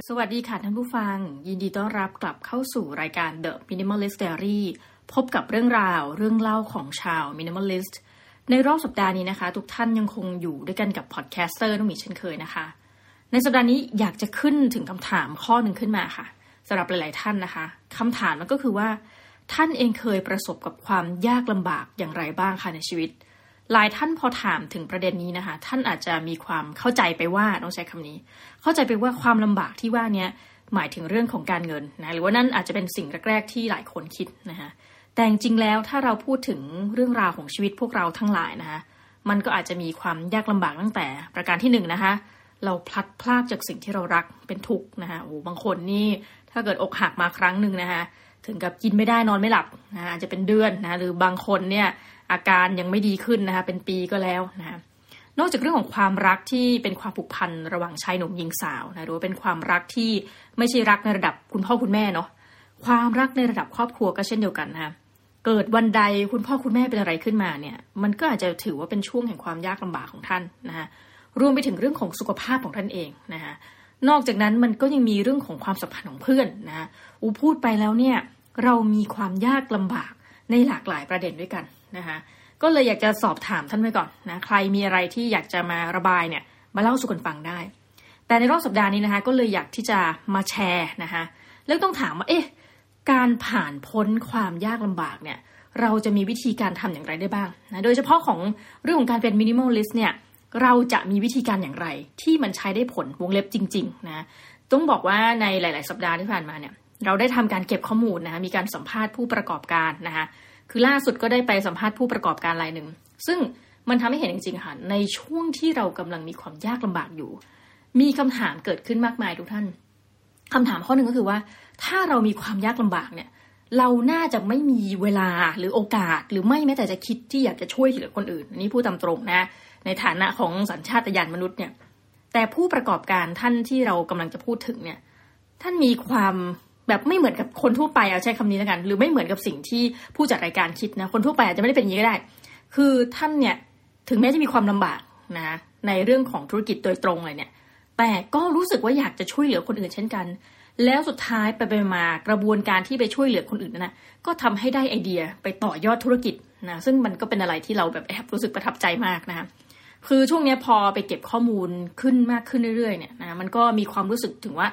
สวัสดีค่ะท่านผู้ฟังยินดีต้อนรับกลับเข้าสู่รายการ The Minimalist Diary พบกับเรื่องราวเรื่องเล่าของชาว Minimalist ในรอบสัปดาห์นี้นะคะทุกท่านยังคงอยู่ด้วยกันกับพอดแคสเตอร์น้องหมีเช่นเคยนะคะในสัปดาห์นี้อยากจะขึ้นถึงคำถามข้อหนึ่งขึ้นมาค่ะสำหรับหลายๆท่านนะคะคำถามมันก็คือว่าท่านเองเคยประสบกับความยากลำบากอย่างไรบ้างคะในชีวิตหลายท่านพอถามถึงประเด็นนี้นะคะท่านอาจจะมีความเข้าใจไปว่าต้องใช้คำนี้เข้าใจไปว่าความลำบากที่ว่านี้หมายถึงเรื่องของการเงินนะหรือว่านั่นอาจจะเป็นสิ่งแรกๆที่หลายคนคิดนะคะแต่จริงๆแล้วถ้าเราพูดถึงเรื่องราวของชีวิตพวกเราทั้งหลายนะคะมันก็อาจจะมีความยากลำบากตั้งแต่ประการที่1นะคะเราพลัดพรากจากสิ่งที่เรารักเป็นทุกข์นะคะโอ้บางคนนี่ถ้าเกิดอกหักมาครั้งนึงนะคะถึงกับกินไม่ได้นอนไม่หลับนะอาจจะเป็นเดือนนะหรือบางคนเนี่ยอาการยังไม่ดีขึ้นนะคะเป็นปีก็แล้วนะคะนอกจากเรื่องของความรักที่เป็นความผูกพันระหว่างชายหนุ่มหญิงสาวนะหรือว่าเป็นความรักที่ไม่ใช่รักในระดับคุณพ่อคุณแม่เนาะความรักในระดับครอบครัวก็เช่นเดียวกันนะคะเกิดวันใดคุณพ่อคุณแม่เป็นอะไรขึ้นมาเนี่ยมันก็อาจจะถือว่าเป็นช่วงแห่งความยากลำบากของท่านนะคะรวมไปถึงเรื่องของสุขภาพของท่านเองนะคะนอกจากนั้นมันก็ยังมีเรื่องของความสัมพันธ์ของเพื่อนนะพูดไปแล้วเนี่ยเรามีความยากลำบากในหลากหลายประเด็นด้วยกันนะคะก็เลยอยากจะสอบถามท่านไว้ก่อนนะใครมีอะไรที่อยากจะมาระบายเนี่ยมาเล่าสู่กันฟังได้แต่ในรอบสัปดาห์นี้นะคะก็เลยอยากที่จะมาแชร์นะคะแล้วต้องถามว่าการผ่านพ้นความยากลำบากเนี่ยเราจะมีวิธีการทำอย่างไรได้บ้างนะโดยเฉพาะของเรื่องของการเป็น minimalist เนี่ยเราจะมีวิธีการอย่างไรที่มันใช้ได้ผลวงเล็บจริงๆนะต้องบอกว่าในหลายๆสัปดาห์ที่ผ่านมาเนี่ยเราได้ทำการเก็บข้อมูลนะคะมีการสัมภาษณ์ผู้ประกอบการนะคะคือล่าสุดก็ได้ไปสัมภาษณ์ผู้ประกอบการรายหนึ่งซึ่งมันทำให้เห็นจริงๆค่ะในช่วงที่เรากำลังมีความยากลำบากอยู่มีคำถามเกิดขึ้นมากมายทุกท่านคำถามข้อหนึ่งก็คือว่าถ้าเรามีความยากลำบากเนี่ยเราน่าจะไม่มีเวลาหรือโอกาสหรือไม่แม้แต่จะคิดที่อยากจะช่วยเหลือคนอื่นนี่พูดตามตรงนะในฐานะของสัญชาตญาณมนุษย์เนี่ยแต่ผู้ประกอบการท่านที่เรากำลังจะพูดถึงเนี่ยท่านมีความแบบไม่เหมือนกับคนทั่วไปเอาใช้คำนี้แล้วกันหรือไม่เหมือนกับสิ่งที่ผู้จัดรายการคิดนะคนทั่วไปอาจจะไม่ได้เป็นอย่างนี้ก็ได้คือท่านเนี่ยถึงแม้จะมีความลำบากนะในเรื่องของธุรกิจโดยตรงเลยเนี่ยแต่ก็รู้สึกว่าอยากจะช่วยเหลือคนอื่นเช่นกันแล้วสุดท้ายไปมากระบวนการที่ไปช่วยเหลือคนอื่นนั่นนะก็ทำให้ได้ไอเดียไปต่อยอดธุรกิจนะซึ่งมันก็เป็นอะไรที่เราแบบแอบรู้สึกประทับใจมากนะคะคือช่วงนี้พอไปเก็บข้อมูลขึ้นมากขึ้นเรื่อยๆเนี่ยนะมันก็มีความรู้สึกถึงว่า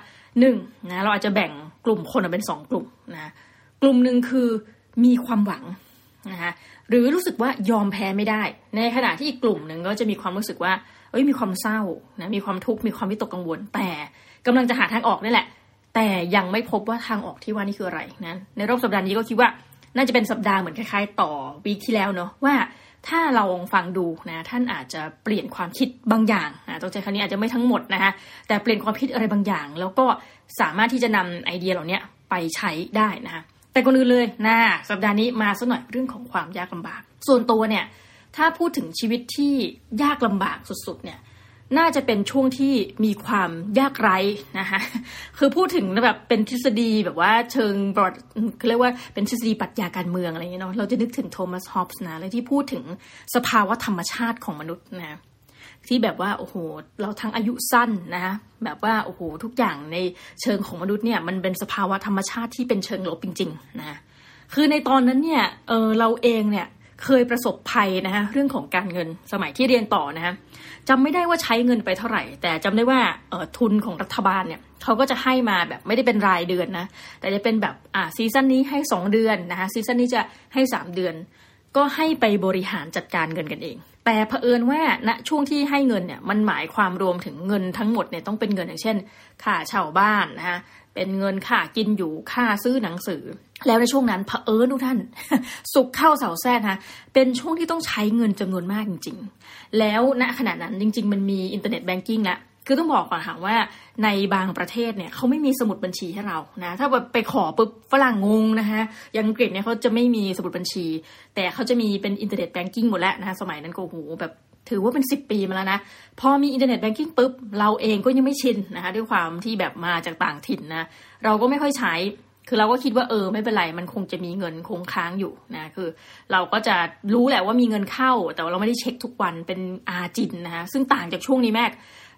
1นะเราอาจจะแบ่งกลุ่มคนออกเป็น2กลุ่มนะกลุ่มหนึ่งคือมีความหวังนะคะหรือรู้สึกว่ายอมแพ้ไม่ได้ในขณะที่อีกกลุ่มหนึ่งก็จะมีความรู้สึกว่ามีความเศร้านะมีความทุกข์มีความวิตกกังวลแต่กำลังจะหาทางออกนี่แหละแต่ยังไม่พบว่าทางออกที่ว่านี่คืออะไรนะในรอบสัปดาห์นี้ก็คิดว่าน่าจะเป็นสัปดาห์เหมือนคล้ายๆต่อวีคที่แล้วเนาะว่าถ้าเราลองฟังดูนะท่านอาจจะเปลี่ยนความคิดบางอย่างนะต้องใช้คำนี้อาจจะไม่ทั้งหมดนะคะแต่เปลี่ยนความคิดอะไรบางอย่างแล้วก็สามารถที่จะนำไอเดียเหล่านี้ไปใช้ได้นะคะแต่ก่อนอื่นเลยนะสัปดาห์นี้มาสักหน่อยเรื่องของความยากลำบากส่วนตัวเนี่ยถ้าพูดถึงชีวิตที่ยากลำบากสุดๆเนี่ยน่าจะเป็นช่วงที่มีความยากไร้นะคะคือพูดถึงแบบเป็นทฤษฎีแบบว่าเชิงบรอดเขาเรียกว่าเป็นทฤษฎีปรัชญาการเมืองอะไรอย่างเงี้ยเนาะเราจะนึกถึงโทมัสฮอบส์นะเลยที่พูดถึงสภาวะธรรมชาติของมนุษย์นะที่แบบว่าโอ้โหเราทั้งอายุสั้นนะคะแบบว่าโอ้โหทุกอย่างในเชิงของมนุษย์เนี่ยมันเป็นสภาวะธรรมชาติที่เป็นเชิงลบจริงๆนะคือในตอนนั้นเนี่ยเราเองเนี่ยเคยประสบภัยนะคะเรื่องของการเงินสมัยที่เรียนต่อนะคะจำไม่ได้ว่าใช้เงินไปเท่าไหร่แต่จำได้ว่าทุนของรัฐบาลเนี่ยเขาก็จะให้มาแบบไม่ได้เป็นรายเดือนนะแต่จะเป็นแบบซีซั่นนี้ให้2เดือนนะคะซีซั่นนี้จะให้3เดือนก็ให้ไปบริหารจัดการเงินกันเองแต่เผอิญว่าณช่วงที่ให้เงินเนี่ยมันหมายความรวมถึงเงินทั้งหมดเนี่ยต้องเป็นเงินอย่างเช่นค่าเช่าบ้านนะคะเป็นเงินค่ากินอยู่ค่าซื้อหนังสือแล้วในช่วงนั้นเผอิญทุกท่าน สุกเข้าเสาแทรกนะเป็นช่วงที่ต้องใช้เงินจำนวนมากจริงๆแล้วณขณะนั้นจริงๆมันมีอินเทอร์เน็ตแบงกิ้งละคือต้องบอกก่อนค่ะว่าในบางประเทศเนี่ยเขาไม่มีสมุดบัญชีให้เรานะถ้าไปขอปุ๊บฝรั่งงงนะคะอย่างอังกฤษเนี่ยเขาจะไม่มีสมุดบัญชีแต่เขาจะมีเป็นอินเทอร์เน็ตแบงกิ้งหมดแล้วนะคะสมัยนั้นก็โหแบบถือว่าเป็น10 ปีมาแล้วนะพอมีอินเทอร์เน็ตแบงกิ้งปุ๊บเราเองก็ยังไม่ชินนะคะด้วยความที่แบบมาจากต่างถิ่นนะเราก็ไม่ค่อยใช้คือเราก็คิดว่าไม่เป็นไรมันคงจะมีเงินคงค้างอยู่นะคือเราก็จะรู้แหละว่ามีเงินเข้าแต่เราไม่ได้เช็คทุกวันเป็นอาจินนะคะซึ่งต่างจากช่วงนี้แม่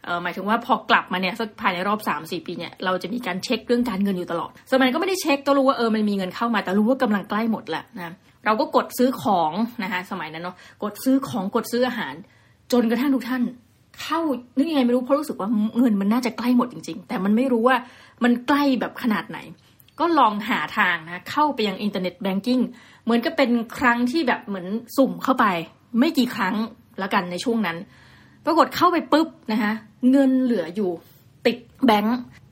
หมายถึงว่าพอกลับมาเนี่ยสักภายในรอบ 3-4 ปีเนี่ยเราจะมีการเช็คเรื่องการเงินอยู่ตลอดสมัยก็ไม่ได้เช็คก็รู้ว่ามันมีเงินเข้ามาแต่รู้ว่ากำลังใกล้หมดแล้วนะเราก็กดซื้อของนะคะสมัยนั้นเนาะกดซื้อของกดซื้ออาหารจนกระทั่งทุกท่านเข้านึกยังไงไม่รู้เพราะรู้สึกว่าเงินมันน่าจะใกล้หมดจริงๆแต่มันไม่รู้ว่ามันใกล้แบบขนาดไหนก็ลองหาทางนะเข้าไปยังอินเทอร์เน็ตแบงกิ้งเหมือนก็เป็นครั้งที่แบบเหมือนสุ่มเข้าไปไม่กี่ครั้งแล้วกันในช่วงนั้นปรากฏเข้าไปปุ๊บนะคะเงินเหลืออยู่ติดแบงค์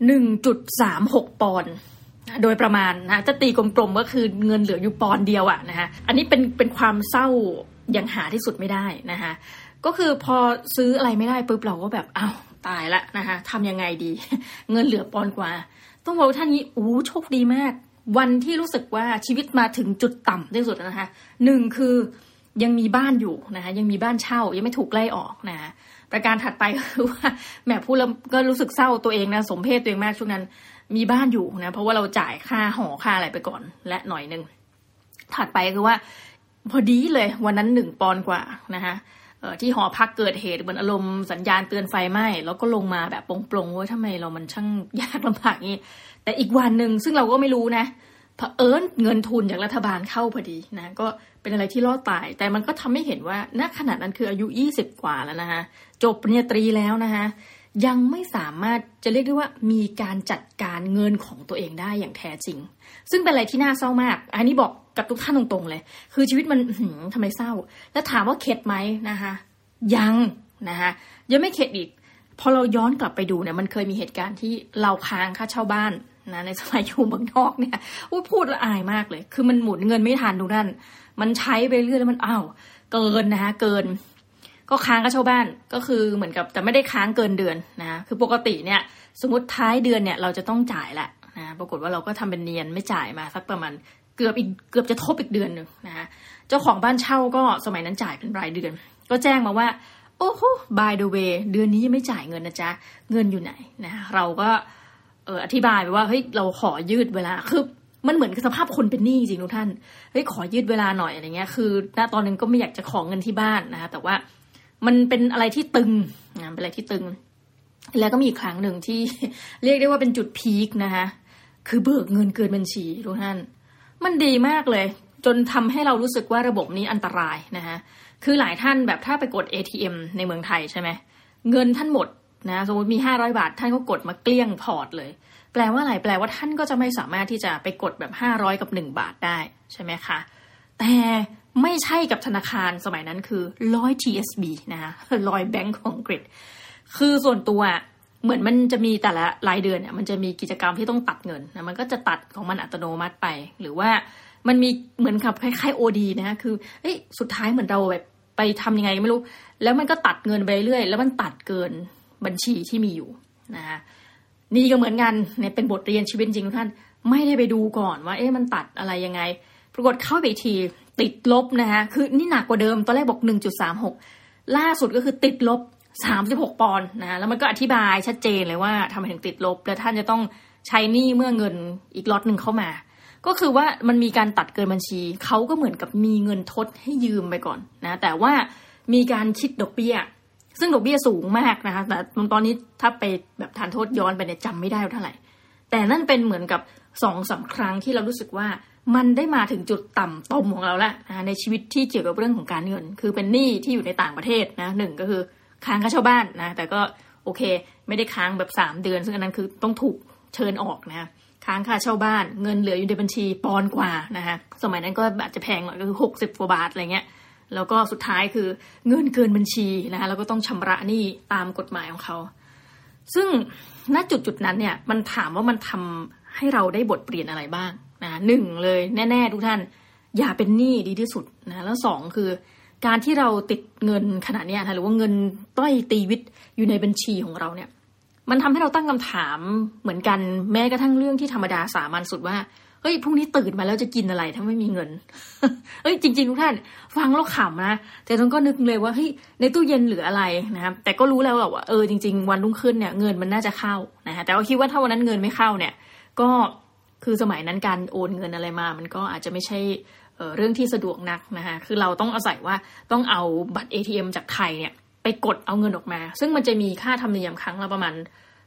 1.36 ปอนด์โดยประมาณนะจะตีกลมๆก็คือเงินเหลืออยู่ปอนด์เดียวอะนะคะอันนี้เป็นความเศร้าอย่างหาที่สุดไม่ได้นะคะก็คือพอซื้ออะไรไม่ได้ปุ๊บเราก็แบบอ้าวตายละนะคะทำยังไงดี เงินเหลือปอนด์กว่าต้องบอกว่าท่านนี้โชคดีมากวันที่รู้สึกว่าชีวิตมาถึงจุดต่ำที่สุดนะคะหนึ่งคือยังมีบ้านอยู่นะคะยังมีบ้านเช่ายังไม่ถูกไล่ออกนะคะประการถัดไปก็คือว่าแหมพูดแล้วก็รู้สึกเศร้าตัวเองนะสมเพชตัวเองมากช่วงนั้นมีบ้านอยู่นะเพราะว่าเราจ่ายค่าหอค่าอะไรไปก่อนและหน่อยนึงถัดไปคือว่าพอดีเลยวันนั้น1 ปอนด์กว่านะคะที่หอพักเกิดเหตุเหมือนอารมณ์สัญญาณเตือนไฟไหม้แล้วก็ลงมาแบบปลงๆว่าทำไมเรามันช่างยากลำบากงี้แต่อีกวันนึงซึ่งเราก็ไม่รู้นะเผอิญเงินทุนจากรัฐบาลเข้าพอดีนะก็เป็นอะไรที่รอดตายแต่มันก็ทำให้เห็นว่าณขณะนั้นคืออายุ20 กว่าแล้วนะคะจบปริญญาตรีแล้วนะคะยังไม่สามารถจะเรียกได้ว่ามีการจัดการเงินของตัวเองได้อย่างแท้จริงซึ่งเป็นอะไรที่น่าเศร้ามากอันนี้บอกกับทุกท่านตรงๆเลยคือชีวิตมันทำไมเศร้าแล้วถามว่าเข็ดไหมนะคะยังนะคะยังไม่เข็ดอีกพอเราย้อนกลับไปดูเนี่ยมันเคยมีเหตุการณ์ที่เราค้างค่าเช่าบ้านนะในสมัยอยู่เมืองนอกเนี่ยพูดละอายมากเลยคือมันหมุนเงินไม่ทันทุกท่านมันใช้ไปเรื่อยแล้วมันเกินนะคะเกินก็ค้างค่าเช่าบ้านก็คือเหมือนกับแต่ไม่ได้ค้างเกินเดือนนะคือปกติเนี่ยสมมติท้ายเดือนเนี่ยเราจะต้องจ่ายแหละนะปรากฏว่าเราก็ทำเป็นเนียนไม่จ่ายมาสักประมาณเกือบจะทบอีกเดือนนึงนะเจ้าของบ้านเช่าก็สมัยนั้นจ่ายเป็นรายเดือนก็แจ้งมาว่าโอ้โห by the way เดือนนี้ยังไม่จ่ายเงินนะจ๊ะเงินอยู่ไหนนะเราก็อธิบายไปว่าเฮ้ยเราขอยืดเวลาคือมันเหมือนกับสภาพคนเป็นหนี้จริงทุกท่านเฮ้ยขอยืดเวลาหน่อยอะไรเงี้ยคือณตอนนึงก็ไม่อยากจะขอเงินที่บ้านนะคะแต่ว่ามันเป็นอะไรที่ตึงนะเป็นอะไรที่ตึงแล้วก็มีอีกครั้งหนึ่งที่ เรียกได้ว่าเป็นจุดพีคนะคะคือเบิกเงินเกินบัญชีทุกท่านมันดีมากเลยจนทำให้เรารู้สึกว่าระบบนี้อันตรายนะคะคือหลายท่านแบบถ้าไปกด ATM ในเมืองไทยใช่ไหมเงินท่านหมดนะสมมติมี500 บาทท่านก็กดมาเกลี้ยงพอร์ตเลยแปลว่าอะไรแปลว่าท่านก็จะไม่สามารถที่จะไปกดแบบ500กับ1 บาทได้ใช่ไหมคะแต่ไม่ใช่กับธนาคารสมัยนั้นคือ100 TSB นะคะ100 Bank ของอังกฤษคือส่วนตัวเหมือนมันจะมีแต่ละรายเดือนเนี่ยมันจะมีกิจกรรมที่ต้องตัดเงินนะมันก็จะตัดของมันอัตโนมัติไปหรือว่ามันมีเหมือนกับคล้ายๆ OD นะคะคือสุดท้ายเหมือนเราแบบไปทำยังไงไม่รู้แล้วมันก็ตัดเงินไปเรื่อยแล้วมันตัดเกินบัญชีที่มีอยู่นะคะนี่ก็เหมือนกันเนี่ยเป็นบทเรียนชีวิตจริงทุกท่านไม่ได้ไปดูก่อนว่ามันตัดอะไรยังไงปรากฏเข้าไปทีติดลบนะคะคือนี่หนักกว่าเดิมตอนแรกบอก 1.36 ล่าสุดก็คือติดลบ36 ปอนด์นะแล้วมันก็อธิบายชัดเจนเลยว่าทำไมถึงติดลบและท่านจะต้องใช้หนี้เมื่อเงินอีกล็อตนึงเข้ามาก็คือว่ามันมีการตัดเกินบัญชีเขาก็เหมือนกับมีเงินทดให้ยืมไปก่อนนะแต่ว่ามีการคิดดอกเบี้ยซึ่งดอกเบี้ยสูงมากนะคะแต่ตอนนี้ถ้าไปแบบทานโทษย้อนไปเนี่ยจำไม่ได้เท่าไหร่แต่นั่นเป็นเหมือนกับ 2-3 ครั้งที่เรารู้สึกว่ามันได้มาถึงจุดต่ำต้มของเราแล้วนะในชีวิตที่เกี่ยวกับเรื่องของการเงินคือเป็นหนี้ที่อยู่ในต่างประเทศนะ1ก็คือค้างค่าเช่าบ้านนะแต่ก็โอเคไม่ได้ค้างแบบ3 เดือนซึ่งอันนั้นคือต้องถูกเชิญออกนะค้างค่าเช่าบ้านเงินเหลืออยู่ในบัญชีปอนด์กว่านะคะสมัยนั้นก็อาจจะแพงหน่อยก็คือ60 กว่าบาทอะไรเงี้ยแล้วก็สุดท้ายคือเงินเกินบัญชีนะคะแล้วก็ต้องชำระหนี้ตามกฎหมายของเขาซึ่งณจุดนั้นเนี่ยมันถามว่ามันทำให้เราได้บทเรียนอะไรบ้างนะ1เลยแน่ๆทุกท่านอย่าเป็นหนี้ดีที่สุดนะแล้ว2คือการที่เราติดเงินขนาดนี้นะหรือว่าเงินต้อยตีวิตอยู่ในบัญชีของเราเนี่ยมันทำให้เราตั้งคำถามเหมือนกันแม้กระทั่งเรื่องที่ธรรมดาสามัญสุดว่าเฮ้ยพรุ่งนี้ตื่นมาแล้วจะกินอะไรถ้าไม่มีเงิน เฮ้ยจริงๆทุกท่านฟังแล้วขำนะแต่ต้องก็นึกเลยว่าเฮ้ยในตู้เย็นเหลืออะไรนะครับแต่ก็รู้แล้วว่าจริงๆวันรุ่งขึ้นเนี่ยเงินมันน่าจะเข้านะฮะแต่ว่าคิดว่าถ้าวันนั้นเงินไม่เข้าเนี่ยก็คือสมัยนั้นการโอนเงินอะไรมามันก็อาจจะไม่ใช่เรื่องที่สะดวกนักนะคะคือเราต้องอาศัยว่าต้องเอาบัตร ATM จากไทยเนี่ยไปกดเอาเงินออกมาซึ่งมันจะมีค่าธรรมเนียมครั้งละประมาณ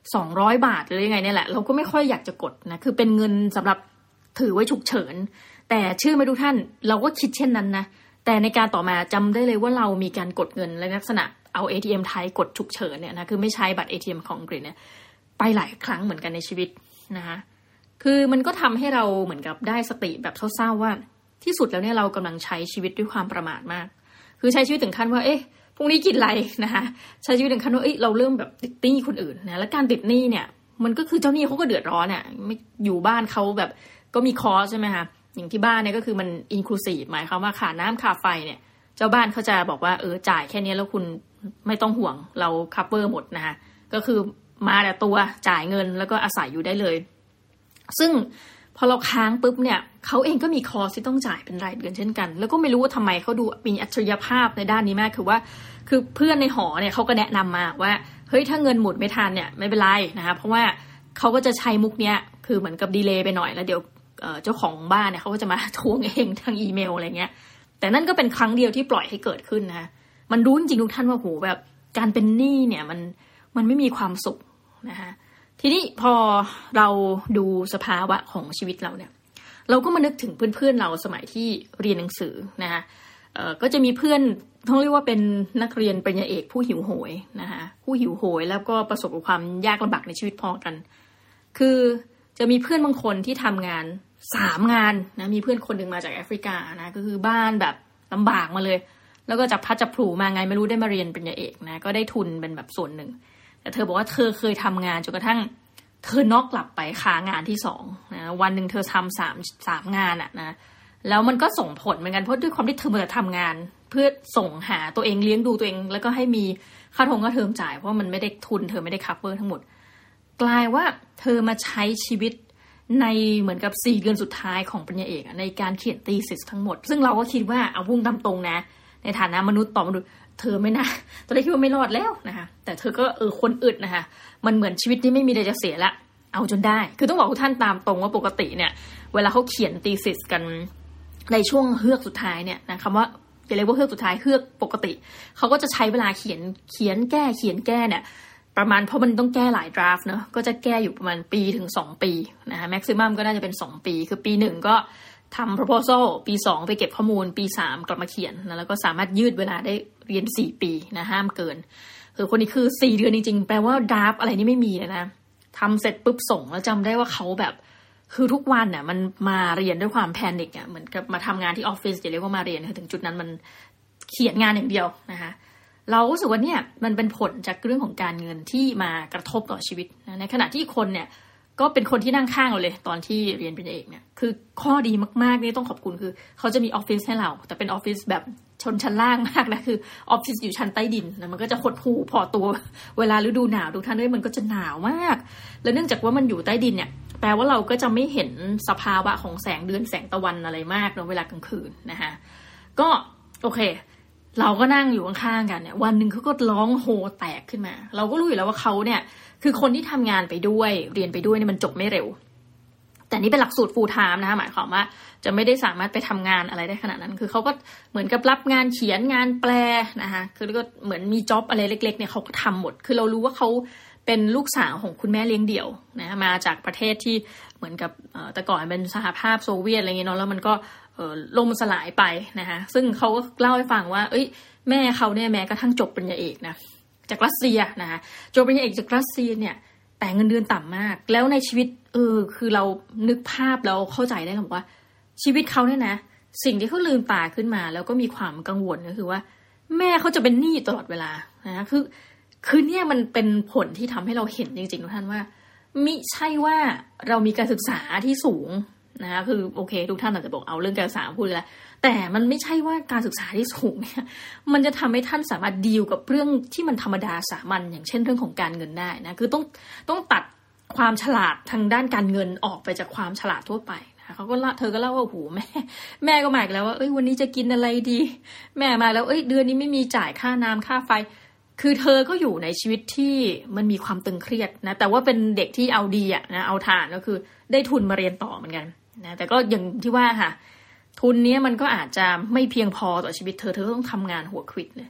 200 บาทหรือยังไงเนี่ยแหละเราก็ไม่ค่อยอยากจะกดนะคือเป็นเงินสำหรับถือไว้ฉุกเฉินแต่เชื่อไหมทุกท่านเราก็คิดเช่นนั้นนะแต่ในการต่อมาจำได้เลยว่าเรามีการกดเงินในลักษณะเอา ATM ไทยกดฉุกเฉินเนี่ยนะคือไม่ใช้บัตร ATM ของอังกฤษเนี่ยไปหลายครั้งเหมือนกันในชีวิตนะคะคือมันก็ทำให้เราเหมือนกับได้สติแบบเศร้าๆว่าที่สุดแล้วเนี่ยเรากำลังใช้ชีวิตด้วยความประมาทมากคือใช้ชีวิตถึงขั้นว่าพรุ่งนี้กินอะไรนะคะใช้ชีวิตถึงขั้นว่าเราเริ่มแบบติดหนี้คนอื่นนะและการติดหนี้เนี่ยมันก็คือเจ้าหนี้เขาก็เดือดร้อนอ่ะไม่อยู่บ้านเขาแบบก็มีคอสใช่ไหมคะอย่างที่บ้านเนี่ยก็คือมันอินคลูซีฟหมายความว่าค่าน้ำค่าไฟเนี่ยเจ้าบ้านเขาจะบอกว่าจ่ายแค่นี้แล้วคุณไม่ต้องห่วงเราคัฟเวอร์หมดนะคะก็คือมาแต่ตัวจ่ายเงินแล้วก็อาศัยอยู่ได้เลยซึ่งพอเราค้างปุ๊บเนี่ยเขาเองก็มีคอสที่ต้องจ่ายเป็นรายเดือนเช่นกันแล้วก็ไม่รู้ว่าทำไมเขาดูมีอัจฉริยภาพในด้านนี้มากคือเพื่อนในหอเนี่ยเขาก็แนะนำมาว่าเฮ้ยถ้าเงินหมดไม่ทันเนี่ยไม่เป็นไรนะคะเพราะว่าเขาก็จะใช้มุกเนี้ยคือเหมือนกับดีเลย์ไปหน่อยแล้วเดี๋ยวเจ้าของบ้านเนี่ยเขาก็จะมาทวงเองทางอีเมลอะไรเงี้ยแต่นั่นก็เป็นครั้งเดียวที่ปล่อยให้เกิดขึ้นนะมันรู้จริงทุกท่านว่าโหแบบการเป็นหนี้เนี่ยมันไม่มีความสุขนะคะทีนี้พอเราดูสภาวะของชีวิตเราเนี่ยเราก็มานึกถึงเพื่อนๆเราสมัยที่เรียนหนังสือนะคะก็จะมีเพื่อนต้องเรียกว่าเป็นนักเรียนปริญญาเอกผู้หิวโหยนะคะผู้หิวโหยแล้วก็ประสบกับความยากลำบากในชีวิตพอกันคือจะมีเพื่อนบางคนที่ทำงาน3 งานนะมีเพื่อนคนหนึ่งมาจากแอฟริกานะก็คือบ้านแบบลำบากมาเลยแล้วก็จับพลัดจับผลูมาไงไม่รู้ได้มาเรียนปริญญาเอกนะก็ได้ทุนเป็นแบบส่วนหนึ่งแต่เธอบอกว่าเธอเคยทำงานจนกระทั่งเธอนอกหลับไปค้างานที่2นะวันหนึ่งเธอทำ3 งานอะนะแล้วมันก็ส่งผลเหมือนกันเพราะด้วยความที่เธอมาทำงานเพื่อส่งหาตัวเองเลี้ยงดูตัวเองแล้วก็ให้มีค่าทงค่าเทอมจ่ายเพราะมันไม่ได้ทุนเธอไม่ได้คัฟเวอร์ทั้งหมดกลายว่าเธอมาใช้ชีวิตในเหมือนกับ4 เดือนสุดท้ายของปริญญาเอกในการเขียนทีซิสทั้งหมดซึ่งเราก็คิดว่าเอาพุ่งตามตรงนะในฐานะมนุษย์ต่อมนุษย์เธอไม่น่าตอนแรกคิดว่าไม่รอดแล้วนะคะแต่เธอก็คนอึดนะคะมันเหมือนชีวิตนี้ไม่มีอะไรจะเสียละเอาจนได้คือต้องบอกทุกท่านตามตรงว่าปกติเนี่ยเวลาเขาเขียนทีซิสกันในช่วงเฮือกสุดท้ายเนี่ยนะคำว่าจะเรียกว่าเฮือกสุดท้ายเฮือกปกติเขาก็จะใช้เวลาเขียนแก้เนี่ยประมาณเพราะมันต้องแก้หลายดราฟต์เนอะก็จะแก้อยู่ประมาณปีถึง2 ปีนะคะแม็กซิมัมก็น่าจะเป็น2 ปีคือปี1ก็ทำ proposal ปี2ไปเก็บข้อมูลปี3กลับมาเขียนนะแล้วก็สามารถยืดเวลาได้เรียน4 ปีนะห้ามเกินคือคนนี้คือ4 เดือนจริงๆแปลว่าดราฟต์อะไรนี่ไม่มีเลยนะทำเสร็จปุ๊บส่งแล้วจำได้ว่าเขาแบบคือทุกวันน่ะมันมาเรียนด้วยความแพนิคอ่ะเหมือนกับมาทำงานที่ออฟฟิศจะเรียกว่ามาเรียนถึงจุดนั้นมันเขียนงานอย่างเดียวนะคะเรารู้สึกว่าเนี่ยมันเป็นผลจากเรื่องของการเงินที่มากระทบต่อชีวิตนะในขณะที่คนเนี่ยก็เป็นคนที่นั่งข้างเราเลยตอนที่เรียนปริญญาเอกเนี่ยคือข้อดีมากๆนี่ต้องขอบคุณคือเขาจะมีออฟฟิศให้เราแต่เป็นออฟฟิศแบบชนชั้นล่างมากนะคือออฟฟิศอยู่ชั้นใต้ดินนะมันก็จะหดหู่พอตัวเวลาฤดูหนาวทุกท่านด้วยมันก็จะหนาวมากและเนื่องจากว่ามันอยู่ใต้ดินเนี่ยแปลว่าเราก็จะไม่เห็นสภาวะของแสงเดือนแสงตะวันอะไรมากเนาะเวลากลางคืนนะคะก็โอเคเราก็นั่งอยู่ข้างๆกันเนี่ยวันหนึ่งเขาก็ร้องโฮแตกขึ้นมาเราก็รู้อยู่แล้วว่าเขาเนี่ยคือคนที่ทำงานไปด้วยเรียนไปด้วยเนี่ยมันจบไม่เร็วแต่นี่เป็นหลักสูตร full time นะคะหมายความว่าจะไม่ได้สามารถไปทำงานอะไรได้ขนาดนั้นคือเขาก็เหมือนกับรับงานเขียนงานแปลนะคะคือก็เหมือนมีจ็อบอะไรเล็กๆเนี่ยเขาก็ทำหมดคือเรารู้ว่าเขาเป็นลูกสาวของคุณแม่เลี้ยงเดี่ยวนะมาจากประเทศที่เหมือนกับแต่ก่อนเป็นสหภาพโซเวียตอะไรเงี้ยเนาะแล้วมันก็ล่มสลายไปนะคะซึ่งเขาก็เล่าให้ฟังว่าแม่เขาเนี่ยแม้กระทั่งจบปริญญาเอกนะจากรัสเซียนะคะจบปริญญาเอกจากรัสเซียเนี่ยแต่เงินเดือนต่ำมากแล้วในชีวิตคือเรานึกภาพแล้วเข้าใจได้หรือว่าชีวิตเขาเนี่ยนะสิ่งที่เขาลืมตาขึ้นมาแล้วก็มีความกังวลก็คือว่าแม่เขาจะเป็นหนี้ตลอดเวลานะคือเนี่ยมันเป็นผลที่ทำให้เราเห็นจริงๆทุกท่านว่ามิใช่ว่าเรามีการศึกษาที่สูงนะคะคือโอเคทุกท่านอาจจะบอกเอาเรื่องการศึกษาพูดแล้วแต่มันไม่ใช่ว่าการศึกษาที่สูงเนี่ยมันจะทำให้ท่านสามารถดีลกับเรื่องที่มันธรรมดาสามัญอย่างเช่นเรื่องของการเงินได้นะคือต้องตัดความฉลาดทางด้านการเงินออกไปจากความฉลาดทั่วไปนะเธอก็เล่าว่าโอ้โหแม่ก็มาอีกแล้วว่าวันนี้จะกินอะไรดีแม่มาแล้วเดือนนี้ไม่มีจ่ายค่าน้ำค่าไฟคือเธอก็อยู่ในชีวิตที่มันมีความตึงเครียดนะแต่ว่าเป็นเด็กที่เอาดีอะนะเอาฐานก็คือได้ทุนมาเรียนต่อเหมือนกันนะแต่ก็อย่างที่ว่าค่ะทุนนี้มันก็อาจจะไม่เพียงพอต่อชีวิตเธอต้องทำงานหัวควิดเลย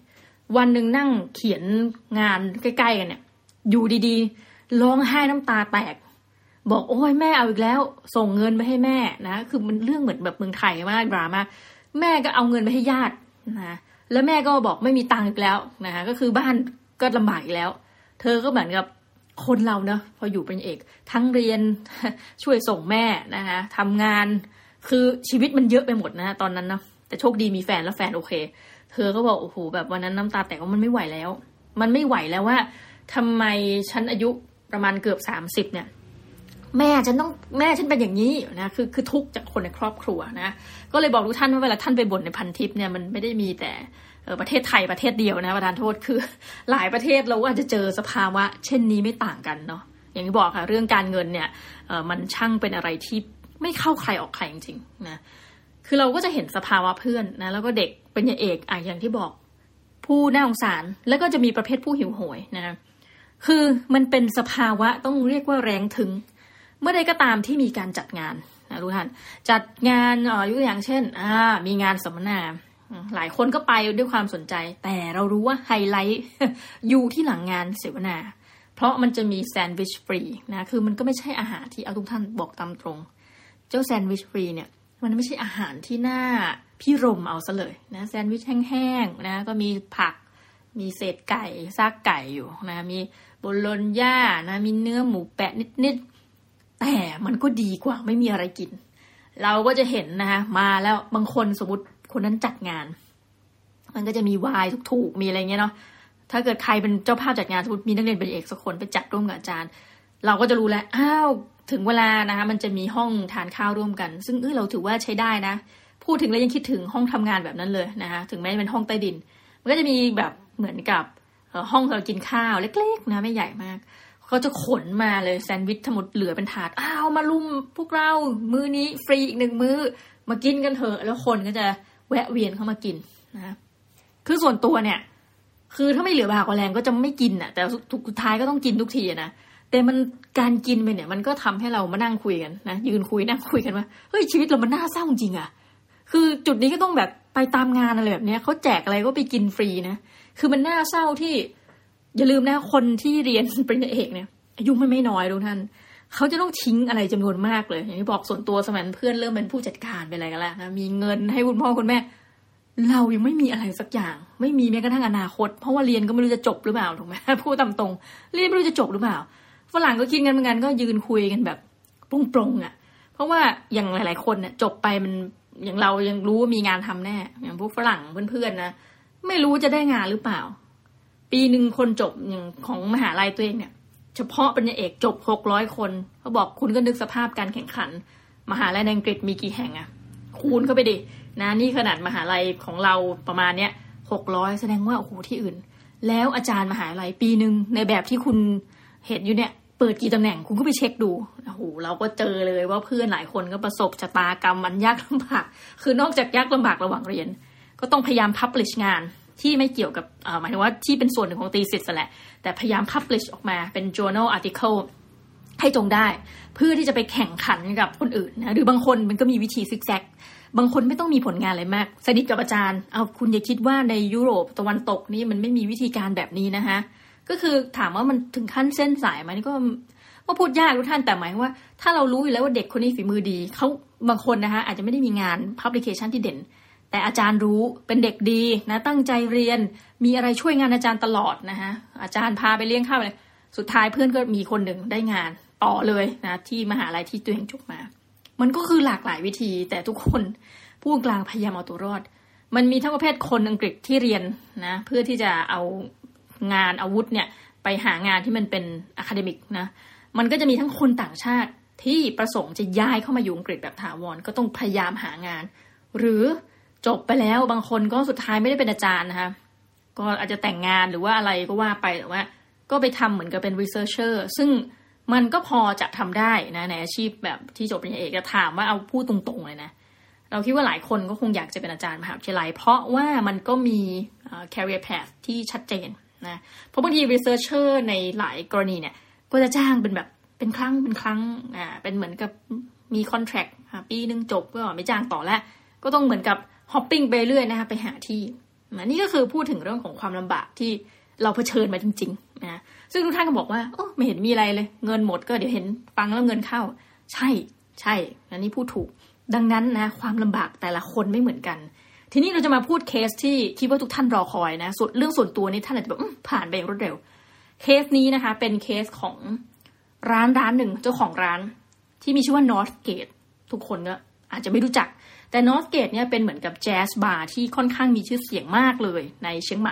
วันหนึ่งนั่งเขียนงานใกล้ๆกันเนี่ยอยู่ดีๆร้องไห้น้ำตาแตกบอกโอ้ยแม่เอาอีกแล้วส่งเงินไปให้แม่นะคือมันเรื่องเหมือนแบบเมืองไทยมากดราม่าแม่ก็เอาเงินไปให้ญาตินะแล้วแม่ก็บอกไม่มีตังค์อีกแล้วนะคะก็คือบ้านก็ลำบากอีกแล้วเธอก็เหมือนกับคนเราเนอะพออยู่เป็นเอกทั้งเรียนช่วยส่งแม่นะคะทำงานคือชีวิตมันเยอะไปหมดนะตอนนั้นเนาะแต่โชคดีมีแฟนแล้วแฟนโอเคเธอก็บอกโอ้โหแบบวันนั้นน้ำตาแตกว่ามันไม่ไหวแล้วมันไม่ไหวแล้วว่าทำไมฉันอายุประมาณเกือบ30เนี่ยแม่ฉันเป็นอย่างนี้นะคือทุกข์จากคนในครอบครัวนะก็เลยบอกทุกท่านว่าเวลาท่านไปบ่นในพันทิปเนี่ยมันไม่ได้มีแต่ประเทศไทยประเทศเดียวนะประธานโทษคือหลายประเทศเราอาจจะเจอสภาวะเช่นนี้ไม่ต่างกันเนาะอย่างที่บอกค่ะเรื่องการเงินเนี่ยมันช่างเป็นอะไรที่ไม่เข้าใครออกใครจริงๆนะคือเราก็จะเห็นสภาวะเพื่อนนะแล้วก็เด็กเป็นเอกอย่างที่บอกผู้น่าสงสารแล้วก็จะมีประเภทผู้หิวโหยนะคือมันเป็นสภาวะต้องเรียกว่าแรงถึงเมื่อใดก็ตามที่มีการจัดงานนะทุกท่านจัดงานยกตัวอย่างเช่นมีงานสัมมนาหลายคนก็ไปด้วยความสนใจแต่เรารู้ว่าไฮไลท์ อยู่ที่หลังงานเสวนาเพราะมันจะมีแซนด์วิชฟรีนะคือมันก็ไม่ใช่อาหารที่เอาทุกท่านบอกตามตรงเจ้าแซนด์วิชฟรีเนี่ยมันไม่ใช่อาหารที่น่าพิรมเอาซะเลยนะแซนด์วิชแห้งๆนะก็มีผักมีเศษไก่ซากไก่อยู่นะมีโบโลญญานะมีเนื้อหมูแปะนิดๆแต่มันก็ดีกว่าไม่มีอะไรกินเราก็จะเห็นนะคะมาแล้วบางคนสมมติคนนั้นจัดงานมันก็จะมีไวน์ถูกๆมีอะไรเงี้ยเนาะถ้าเกิดใครเป็นเจ้าภาพจัดงานสมมติมีนักเรียนเป็นเอกสักคนไปจัดร่วมกับอาจารย์เราก็จะรู้แล้วถึงเวลานะคะมันจะมีห้องทานข้าวร่วมกันซึ่งเราถือว่าใช้ได้นะพูดถึงแล้วยังคิดถึงห้องทำงานแบบนั้นเลยนะคะถึงแม้จะเป็นห้องใต้ดินมันก็จะมีแบบเหมือนกับห้องเรากินข้าวเล็กๆนะไม่ใหญ่มากเขาจะขนมาเลยแซนด์วิชทั้งหมดเหลือเป็นถาดมาลุมพวกเรามื้อนี้ฟรีอีก1มื้อมากินกันเถอะแล้วคนก็จะแวะเวียนเข้ามากินนะคือส่วนตัวเนี่ยคือถ้าไม่เหลือบากกว่าแรงก็จะไม่กินอ่ะแต่สุดท้ายก็ต้องกินทุกทีนะแต่มันการกินไปเนี่ยมันก็ทำให้เรามานั่งคุยกันนะยืนคุยนั่งคุยกันว่าเฮ้ยชีวิตเรามันน่าเศร้าจริงอ่ะคือจุดนี้ก็ต้องแบบไปตามงานอะไรแบบนี้เขาแจกอะไรก็ไปกินฟรีนะคือมันน่าเศร้าที่อย่าลืมนะคนที่เรียนปริญญาเอกเนี่ยอายุไม่น้อยทุกท่านเขาจะต้องทิ้งอะไรจำนวนมากเลยอย่างที่บอกส่วนตัวสมัยเพื่อนเริ่มเป็นผู้จัดการไปอะไรกันแล้วนะมีเงินให้คุณพ่อคุณแม่เรายังไม่มีอะไรสักอย่างไม่มีแม้กระทั่งอนาคตเพราะว่าเรียนก็ไม่รู้จะจบหรือเปล่าถูกไหมพูดตามตรงเรียนไม่รู้จะจบหรือเปล่าฝรั่งก็คิดกันเหมือนกันก็ยืนคุยกันแบบปรงๆอ่ะเพราะว่าอย่างหลายๆคนเนี่ยจบไปมันอย่างเรายังรู้ว่ามีงานทำแน่อย่างพวกฝรั่งเพื่อนๆนะไม่รู้จะได้งานหรือเปล่าปีนึงคนจบอย่างของมหาลัยตัวเองเนี่ยเฉพาะปริญญาเอกจบ600คนเขาบอกคุณก็นึกสภาพการแข่งขันมหาลัยในอังกฤษมีกี่แห่งอะคูณเข้าไปดินะนี่ขนาดมหาลัยของเราประมาณเนี้ย600แสดงว่าโอ้โหที่อื่นแล้วอาจารย์มหาลัยปีนึงในแบบที่คุณเห็นอยู่เนี่ยเปิดกี่ตำแหน่งคุณก็ไปเช็คดูโอ้โหเราก็เจอเลยว่าเพื่อนหลายคนก็ประสบชะตากรรมมันยากลำบากคือนอกจากยากลำบากระหว่างเรียนก็ต้องพยายาม publish งานที่ไม่เกี่ยวกับหมายถึงว่าที่เป็นส่วนหนึ่งของ thesis แหละแต่พยายาม publish ออกมาเป็น journal article ให้จงได้เพื่อที่จะไปแข่งขันกับคนอื่นนะหรือบางคนมันก็มีวิธีซิกแซกบางคนไม่ต้องมีผลงานอะไรมากสนิทกับอาจารย์คุณอย่าคิดว่าในยุโรปตะวันตกนี่มันไม่มีวิธีการแบบนี้นะคะก็คือถามว่ามันถึงขั้นเส้นสายไหมนี่ก็พูดยากทุกท่านแต่หมายว่าถ้าเรารู้อยู่แล้วว่าเด็กคนนี้ฝีมือดีเขาบางคนนะคะอาจจะไม่ได้มีงาน publication ที่เด่นแต่อาจารย์รู้เป็นเด็กดีนะตั้งใจเรียนมีอะไรช่วยงานอาจารย์ตลอดนะคะอาจารย์พาไปเลี้ยงข้าวเลยสุดท้ายเพื่อนก็มีคนหนึ่งได้งานต่อเลยนะที่มหาลัยที่ตัวเองจบมามันก็คือหลากหลายวิธีแต่ทุกคนผู้กลางพยายามเอาตัวรอดมันมีทั้งประเภทคนอังกฤษที่เรียนนะเพื่อที่จะเอางานอาวุธเนี่ยไปหางานที่มันเป็นอะคาเดมิกนะมันก็จะมีทั้งคนต่างชาติที่ประสงค์จะย้ายเข้ามาอยู่อังกฤษแบบถาวรก็ต้องพยายามหางานหรือจบไปแล้วบางคนก็สุดท้ายไม่ได้เป็นอาจารย์นะคะก็อาจจะแต่งงานหรือว่าอะไรก็ว่าไปแต่ว่าก็ไปทำเหมือนกับเป็น researcher ซึ่งมันก็พอจะทำได้นะในอาชีพแบบที่จบปริญญาเอกจะถามว่าเอาพูดตรงๆเลยนะเราคิดว่าหลายคนก็คงอยากจะเป็นอาจารย์มหาวิทยาลัยเพราะว่ามันก็มีcareer path ที่ชัดเจนนะเพราะบางที researcher ในหลายกรณีเนี่ยก็จะจ้างเป็นแบบเป็นครั้งเป็นเหมือนกับมี contract ปีนึงจบก็ไม่จ้างต่อแล้วก็ต้องเหมือนกับ hopping ไปเรื่อยนะคะไปหาที่นี่ก็คือพูดถึงเรื่องของความลำบากที่เราเผชิญมาจริงๆนะซึ่งทุกท่านก็บอกว่าโอ้ไม่เห็นมีอะไรเลยเงินหมดก็เดี๋ยวเห็นฟังแล้วเงินเข้าใช่อันนี้พูดถูกดังนั้นนะความลำบากแต่ละคนไม่เหมือนกันทีนี้เราจะมาพูดเคสที่คิดว่าทุกท่านรอคอยนะเรื่องส่วนตัวนี้ท่านอาจจะแบบผ่านไปรวดเร็วเคสนี้นะคะเป็นเคสของร้านหนึ่งเจ้าของร้านที่มีชื่อว่า Northgate ทุกคนก็อาจจะไม่รู้จักแต่ Northgate เนี่ยเป็นเหมือนกับแจ๊สบาร์ที่ค่อนข้างมีชื่อเสียงมากเลยในเชียงใหม่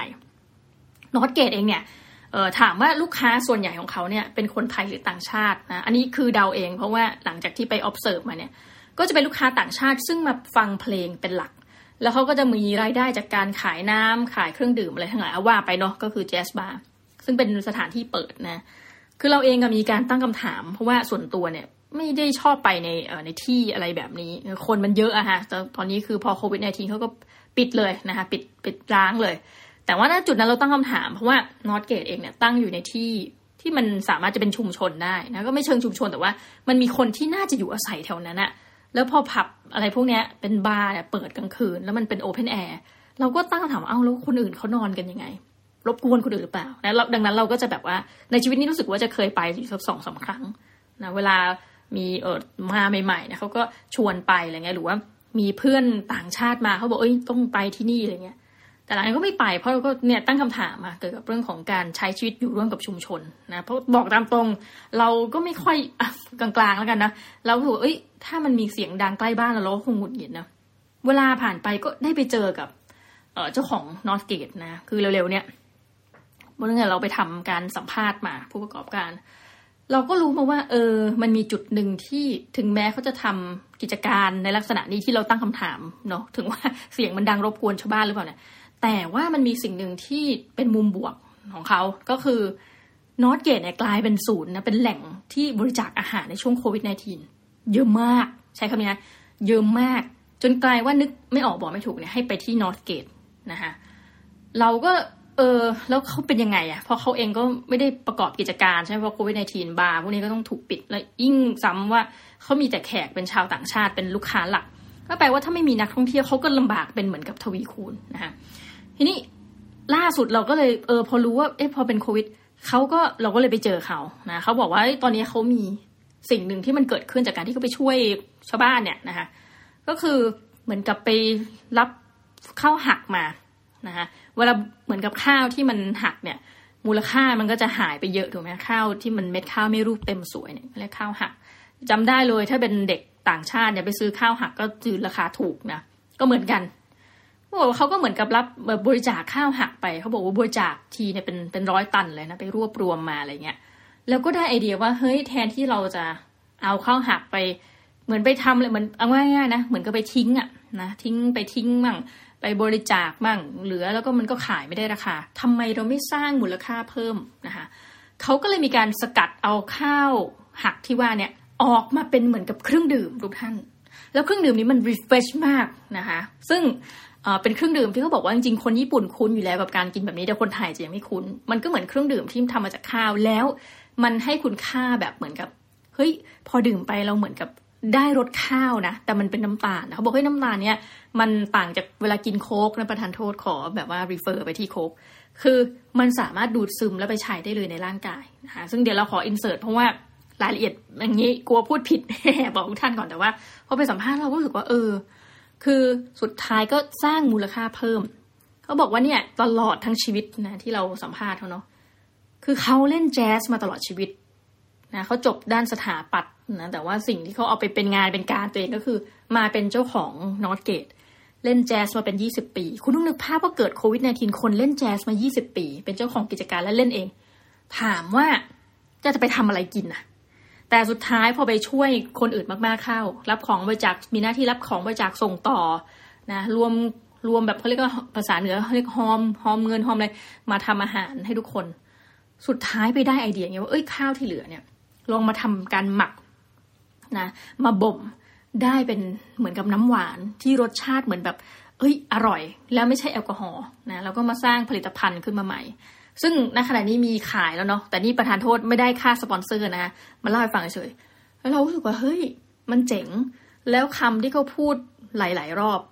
Northgate เองเนี่ยถามว่าลูกค้าส่วนใหญ่ของเขาเนี่ยเป็นคนไทยหรือต่างชาตินะอันนี้คือเดาเองเพราะว่าหลังจากที่ไป observe มาเนี่ยก็จะเป็นลูกค้าต่างชาติซึ่งมาฟังเพลงเป็นหลักแล้วเขาก็จะมีรายได้จากการขายน้ำขายเครื่องดื่มอะไรทั้งหลายว่าไปเนาะก็คือแจ๊สบาร์ซึ่งเป็นสถานที่เปิดนะคือเราเองก็มีการตั้งคำถามเพราะว่าส่วนตัวเนี่ยไม่ได้ชอบไปในที่อะไรแบบนี้คนมันเยอะอะฮะแต่ตอนนี้คือพอโควิด-19 เขาก็ปิดเลยนะคะปิดร้างเลยแต่ว่าณจุดนั้นเราตั้งคำถามเพราะว่า Northgate เองเนี่ยตั้งอยู่ในที่มันสามารถจะเป็นชุมชนได้นะก็ไม่เชิงชุมชนแต่ว่ามันมีคนที่น่าจะอยู่อาศัยแถวนั้นอะแล้วพอผับอะไรพวกนี้เป็นบาร์เนี่ยเปิดกลางคืนแล้วมันเป็นโอเพนแอร์เราก็ตั้งคำถามว่าแล้วคนอื่นเขานอนกันยังไงรบกวนคนอื่นหรือเปล่านะดังนั้นเราก็จะแบบว่าในชีวิตนี้รู้สึกว่าจะเคยไปอยู่สัก 2-3 ครั้งนะเวลามีมาใหม่ๆนะเขาก็ชวนไปอะไรเงี้ยหรือว่ามีเพื่อนต่างชาติมาเขาบอกต้องไปที่นี่อะไรเงี้ยแต่หลังนั้นก็ไม่ไปเพราะเราก็เนี่ยตั้งคำถามมาเกี่ยวกับเรื่องของการใช้ชีวิตอยู่ร่วมกับชุมชนนะเพราะบอกตามตรงเราก็ไม่ค่อยกลางๆแล้วกันนะเราถือถ้ามันมีเสียงดังใกล้บ้านเราคงหงุดหงิดนะเวลาผ่านไปก็ได้ไปเจอกับเจ้าของ Northgate นะคือเร็วๆเนี่ยเมื่อเราไปทำการสัมภาษณ์มาผู้ประกอบการเราก็รู้มาว่ามันมีจุดหนึ่งที่ถึงแม้เขาจะทำกิจการในลักษณะนี้ที่เราตั้งคำถามเนาะถึงว่าเสียงมันดังรบกวนชาวบ้านหรือเปล่าเนี่ยแต่ว่ามันมีสิ่งหนึ่งที่เป็นมุมบวกของเขาก็คือ Northgate เนี่ยกลายเป็นศูนย์นะเป็นแหล่งที่บริจาคอาหารในช่วงโควิด-19 เยอะมากใช้คำนี้นะเยอะมากจนกลายว่านึกไม่ออกบอกไม่ถูกเนี่ยให้ไปที่ Northgate นะคะเราก็แล้วเขาเป็นยังไงอ่ะเพราะเขาเองก็ไม่ได้ประกอบกิจการใช่ไหมเพราะโควิด-19 บาร์พวกนี้ก็ต้องถูกปิดและยิ่งซ้ำว่าเขามีแต่แขกเป็นชาวต่างชาติเป็นลูกค้าหลักก็แปลว่าถ้าไม่มีนักท่องเที่ยวเขาก็ลำบากเป็นเหมือนกับทวีคูณนะคะทีนี้ล่าสุดเราก็เลยพอรู้ว่าพอเป็นโควิดเราก็เลยไปเจอเขานะเขาบอกว่าตอนนี้เขามีสิ่งหนึ่งที่มันเกิดขึ้นจากการที่เขาไปช่วยชาวบ้านเนี่ยนะคะก็คือเหมือนกับไปรับข้าวหักมานะคะเวลาเหมือนกับข้าวที่มันหักเนี่ยมูลค่ามันก็จะหายไปเยอะถูกไหมข้าวที่มันเม็ดข้าวไม่รูปเต็มสวยเนี่ยเรียกข้าวหักจำได้เลยถ้าเป็นเด็กต่างชาติเนี่ยไปซื้อข้าวหักก็จืดราคาถูกนะก็เหมือนกันเขาก็เหมือนกับรับบริจาคข้าวหักไปเขาบอกว่าบริจาคทีเนี่ยเป็น100 ตันเลยนะไปรวบรวมมาอะไรเงี้ยแล้วก็ได้ไอเดียว่าเฮ้ยแทนที่เราจะเอาข้าวหักไปเหมือนไปทำเลยเหมือนเอาง่ายๆนะเหมือนกับไปทิ้งอ่ะนะทิ้งมั่งไปบริจาคมั่งเหลือแล้วก็มันก็ขายไม่ได้ราคาทำไมเราไม่สร้างมูลค่าเพิ่มนะคะเขาก็เลยมีการสกัดเอาข้าวหักที่ว่าเนี่ยออกมาเป็นเหมือนกับเครื่องดื่มทุกท่านแล้วเครื่องดื่มนี้มัน refresh มากนะคะซึ่งเป็นเครื่องดื่มที่เขาบอกว่าจริงๆคนญี่ปุ่นคุ้นอยู่แล้วกับการกินแบบนี้แต่คนไทยจะยังไม่คุ้นมันก็เหมือนเครื่องดื่มที่ทำมาจากข้าวแล้วมันให้คุณค่าแบบเหมือนกับเฮ้ยพอดื่มไปเราเหมือนกับได้รสข้าวนะแต่มันเป็นน้ำตาลนะเขาบอกให้น้ำตาลเนี่ยมันต่างจากเวลากินโค้กนะประทานโทษขอแบบว่า refer ไปที่โค้กคือมันสามารถดูดซึมแล้วไปใช้ได้เลยในร่างกายนะคะซึ่งเดี๋ยวเราขอ insert เพราะว่ารายละเอียดอย่างนี้กลัวพูดผิด บอกทุกท่านก่อนแต่ว่าพอไปสัมภาษณ์เราก็รู้สึกว่าคือสุดท้ายก็สร้างมูลค่าเพิ่มเขาบอกว่าเนี่ยตลอดทั้งชีวิตนะที่เราสัมภาษณ์เขาเนาะคือเขาเล่นแจ๊สมาตลอดชีวิตนะเขาจบด้านสถาปัตย์นะแต่ว่าสิ่งที่เขาเอาไปเป็นงานเป็นการตัวเองก็คือมาเป็นเจ้าของ Northgate เล่นแจ๊สมาเป็น20 ปีคุณต้องนึกภาพว่าเกิดโควิด-19 คนเล่นแจ๊สมา20 ปีเป็นเจ้าของกิจการและเล่นเองถามว่าจะไปทำอะไรกินนะแต่สุดท้ายพอไปช่วยคนอื่นมากๆเข้ารับของบริจาคมีหน้าที่รับของบริจาคส่งต่อนะรวมแบบเขาเรียกว่าภาษาเหนือเขาเรียกฮอมเงินฮอมอะไรมาทำอาหารให้ทุกคนสุดท้ายไปได้ไอเดียไงว่าข้าวที่เหลือเนี่ยลองมาทำการหมักนะมาบ่มได้เป็นเหมือนกับน้ำหวานที่รสชาติเหมือนแบบอร่อยแล้วไม่ใช่แอลกอฮอล์นะแล้วก็มาสร้างผลิตภัณฑ์ขึ้นมาใหม่ซึ่งณขณะนี้มีขายแล้วเนาะแต่นี่ประธานโทษไม่ได้ค่าสปอนเซอร์นะมาเล่าให้ฟังเฉยแล้วเรารู้สึกว่าเฮ้ยมันเจ๋งแล้วคำที่เขาพูดหลายๆรอบ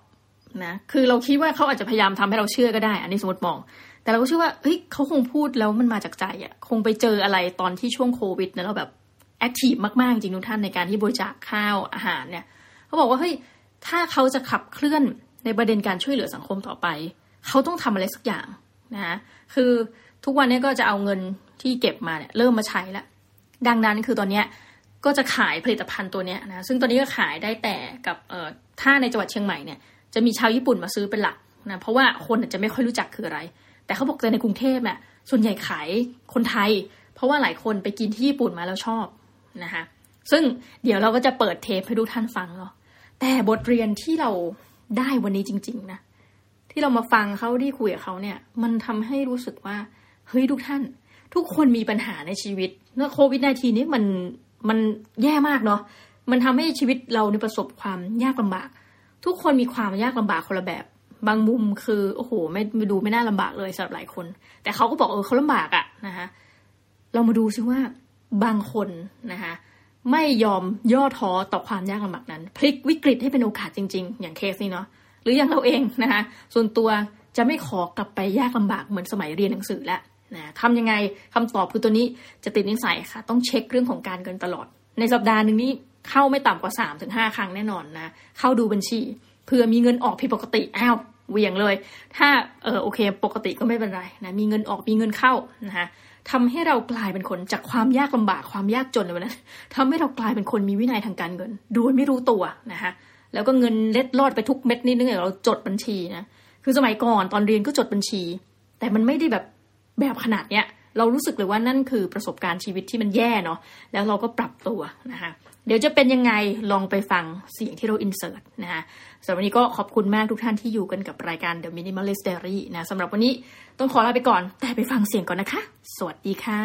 นะคือเราคิดว่าเขาอาจจะพยายามทำให้เราเชื่อก็ได้อันนี้สมมติมองแต่เราก็เชื่อว่าเฮ้ยเขาคงพูดแล้วมันมาจากใจอ่ะคงไปเจออะไรตอนที่ช่วงโควิดนะเราแบบแอคทีฟมากๆจริงทุกท่านในการที่บริจาคข้าวอาหารเนี่ยเขาบอกว่าเฮ้ยถ้าเขาจะขับเคลื่อนในประเด็นการช่วยเหลือสังคมต่อไปเขาต้องทำอะไรสักอย่างนะคือทุกวันนี้ก็จะเอาเงินที่เก็บมาเนี่ยเริ่มมาใช้แล้วดังนั้นคือตอนนี้ก็จะขายผลิตภัณฑ์ตัวนี้นะซึ่งตอนนี้ก็ขายได้แต่กับถ้าในจังหวัดเชียงใหม่เนี่ยจะมีชาวญี่ปุ่นมาซื้อเป็นหลักนะเพราะว่าคนจะไม่ค่อยรู้จักคืออะไรแต่เขาบอกแต่ในกรุงเทพเนี่ยส่วนใหญ่ขายคนไทยเพราะว่าหลายคนไปกินที่ญี่ปุ่นมาแล้วชอบนะคะซึ่งเดี๋ยวเราก็จะเปิดเทปให้ทุกท่านฟังเนาะแต่บทเรียนที่เราได้วันนี้จริงๆนะที่เรามาฟังเขาที่คุยกับเขาเนี่ยมันทำให้รู้สึกว่าเฮ้ยทุกท่านทุกคนมีปัญหาในชีวิตเมื่อโควิด-19 นี้มันแย่มากเนาะมันทำให้ชีวิตเราในประสบความยากลำบากทุกคนมีความยากลำบากคนละแบบบางมุมคือโอ้โหไม่ดูไม่น่าลำบากเลยสำหรับหลายคนแต่เขาก็บอกเขาลำบากอะนะคะเรามาดูซิว่าบางคนนะคะไม่ยอมย่อท้อต่อความยากลำบากนั้นพลิกวิกฤตให้เป็นโอกาสจริงๆอย่างเคสนี้เนาะหรืออย่างเราเองนะคะส่วนตัวจะไม่ขอกลับไปยากลำบากเหมือนสมัยเรียนหนังสือแล้วนะทำยังไงคำตอบคือตัวนี้จะติดนิสัยค่ะต้องเช็คเรื่องของการเงินตลอดในสัปดาห์นึงนี้เข้าไม่ต่ำกว่า 3-5 ครั้งแน่นอนนะเข้าดูบัญชีเผื่อมีเงินออกผิดปกติเหวี่ยงเลยถ้าโอเคปกติก็ไม่เป็นไรนะมีเงินออกมีเงินเข้านะคะทำให้เรากลายเป็นคนจากความยากลำบากความยากจนเลยนะทำให้เรากลายเป็นคนมีวินัยทางการเงินโดยไม่รู้ตัวนะคะแล้วก็เงินเล็ดลอดไปทุกเม็ดนิดนึงเราจดบัญชีนะคือสมัยก่อนตอนเรียนก็จดบัญชีแต่มันไม่ได้แบบขนาดเนี้ยเรารู้สึกเลยว่านั่นคือประสบการณ์ชีวิตที่มันแย่เนาะแล้วเราก็ปรับตัวนะคะเดี๋ยวจะเป็นยังไงลองไปฟังเสียงที่เราอินเสิร์ตนะคะสำหรับวันนี้ก็ขอบคุณมากทุกท่านที่อยู่กันกับรายการ The Minimalist Diary นะสำหรับวันนี้ต้องขอลาไปก่อนแต่ไปฟังเสียงก่อนนะคะสวัสดีค่ะ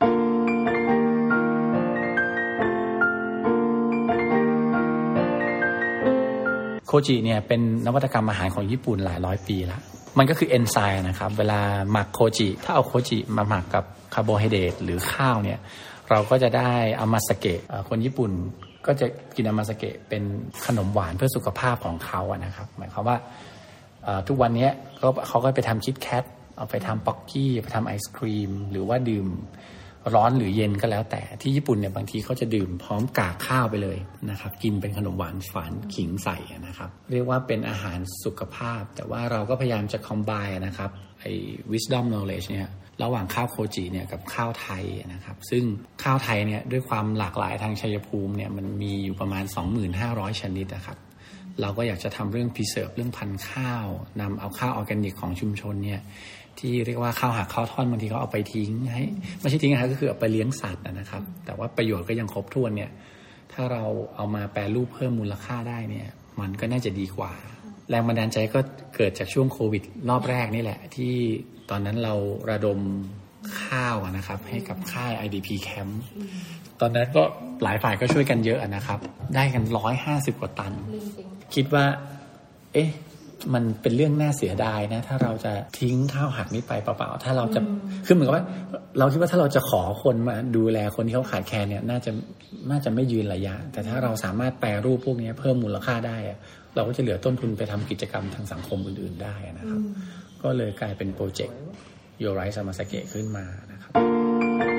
โคจิเนี่ยเป็นนวัตกรรมอาหารของญี่ปุ่นหลายร้อยปีแล้วมันก็คือเอนไซม์นะครับเวลาหมักโคจิถ้าเอาโคจิมาหมักกับคาร์โบไฮเดรตหรือข้าวเนี่ยเราก็จะได้อามาสเกะคนญี่ปุ่นก็จะกินอามาสเกะเป็นขนมหวานเพื่อสุขภาพของเขาอะนะครับหมายความว่าทุกวันนี้เขาก็ไปทำคิดแคทเอาไปทำป๊อกกี้ไปทำไอศครีมหรือว่าดื่มร้อนหรือเย็นก็แล้วแต่ที่ญี่ปุ่นเนี่ยบางทีเขาจะดื่มพร้อมกากข้าวไปเลยนะครับกินเป็นขนมหวานฝานขิงใส่นะครับเรียกว่าเป็นอาหารสุขภาพแต่ว่าเราก็พยายามจะคอมไบน์นะครับไอ้ wisdom knowledge เนี่ยระหว่างข้าวโคจิเนี่ยกับข้าวไทยนะครับซึ่งข้าวไทยเนี่ยด้วยความหลากหลายทางชัยภูมิเนี่ยมันมีอยู่ประมาณ 25,000 ชนิดนะครับเราก็อยากจะทำเรื่อง preserve เรื่องพันธุ์ข้าวนำเอาข้าวออร์แกนิกของชุมชนเนี่ยที่เรียกว่าข้าวหักข้าวท่อนบางทีเขาเอาไปทิ้งให้ไม่ใช่ทิ้งนะครับก็คือเอาไปเลี้ยงสัตว์นะครับแต่ว่าประโยชน์ก็ยังครบถ้วนเนี่ยถ้าเราเอามาแปรรูปเพิ่มมูลค่าได้เนี่ยมันก็น่าจะดีกว่าแรงบันดาลใจก็เกิดจากช่วงโควิดรอบแรกนี่แหละที่ตอนนั้นเราระดมข้าวนะครับให้กับค่าย IDP Camp ตอนนั้นก็หลายฝ่ายก็ช่วยกันเยอะนะครับได้กัน150 กว่าตันคิดว่ามันเป็นเรื่องน่าเสียดายนะถ้าเราจะทิ้งข้าวหักนี้ไปเปล่าๆถ้าเราจะคือเหมือนกับว่าเราคิดว่าถ้าเราจะขอคนมาดูแลคนที่เขาขาดแคลนเนี่ยน่าจะไม่ยืนระยะแต่ถ้าเราสามารถแปรรูปพวกนี้เพิ่มมูลค่าได้เราก็จะเหลือต้นทุนไปทำกิจกรรมทางสังคมอื่นๆได้นะครับก็เลยกลายเป็นโปรเจกต์โยไรซามาสเกะขึ้นมานะครับ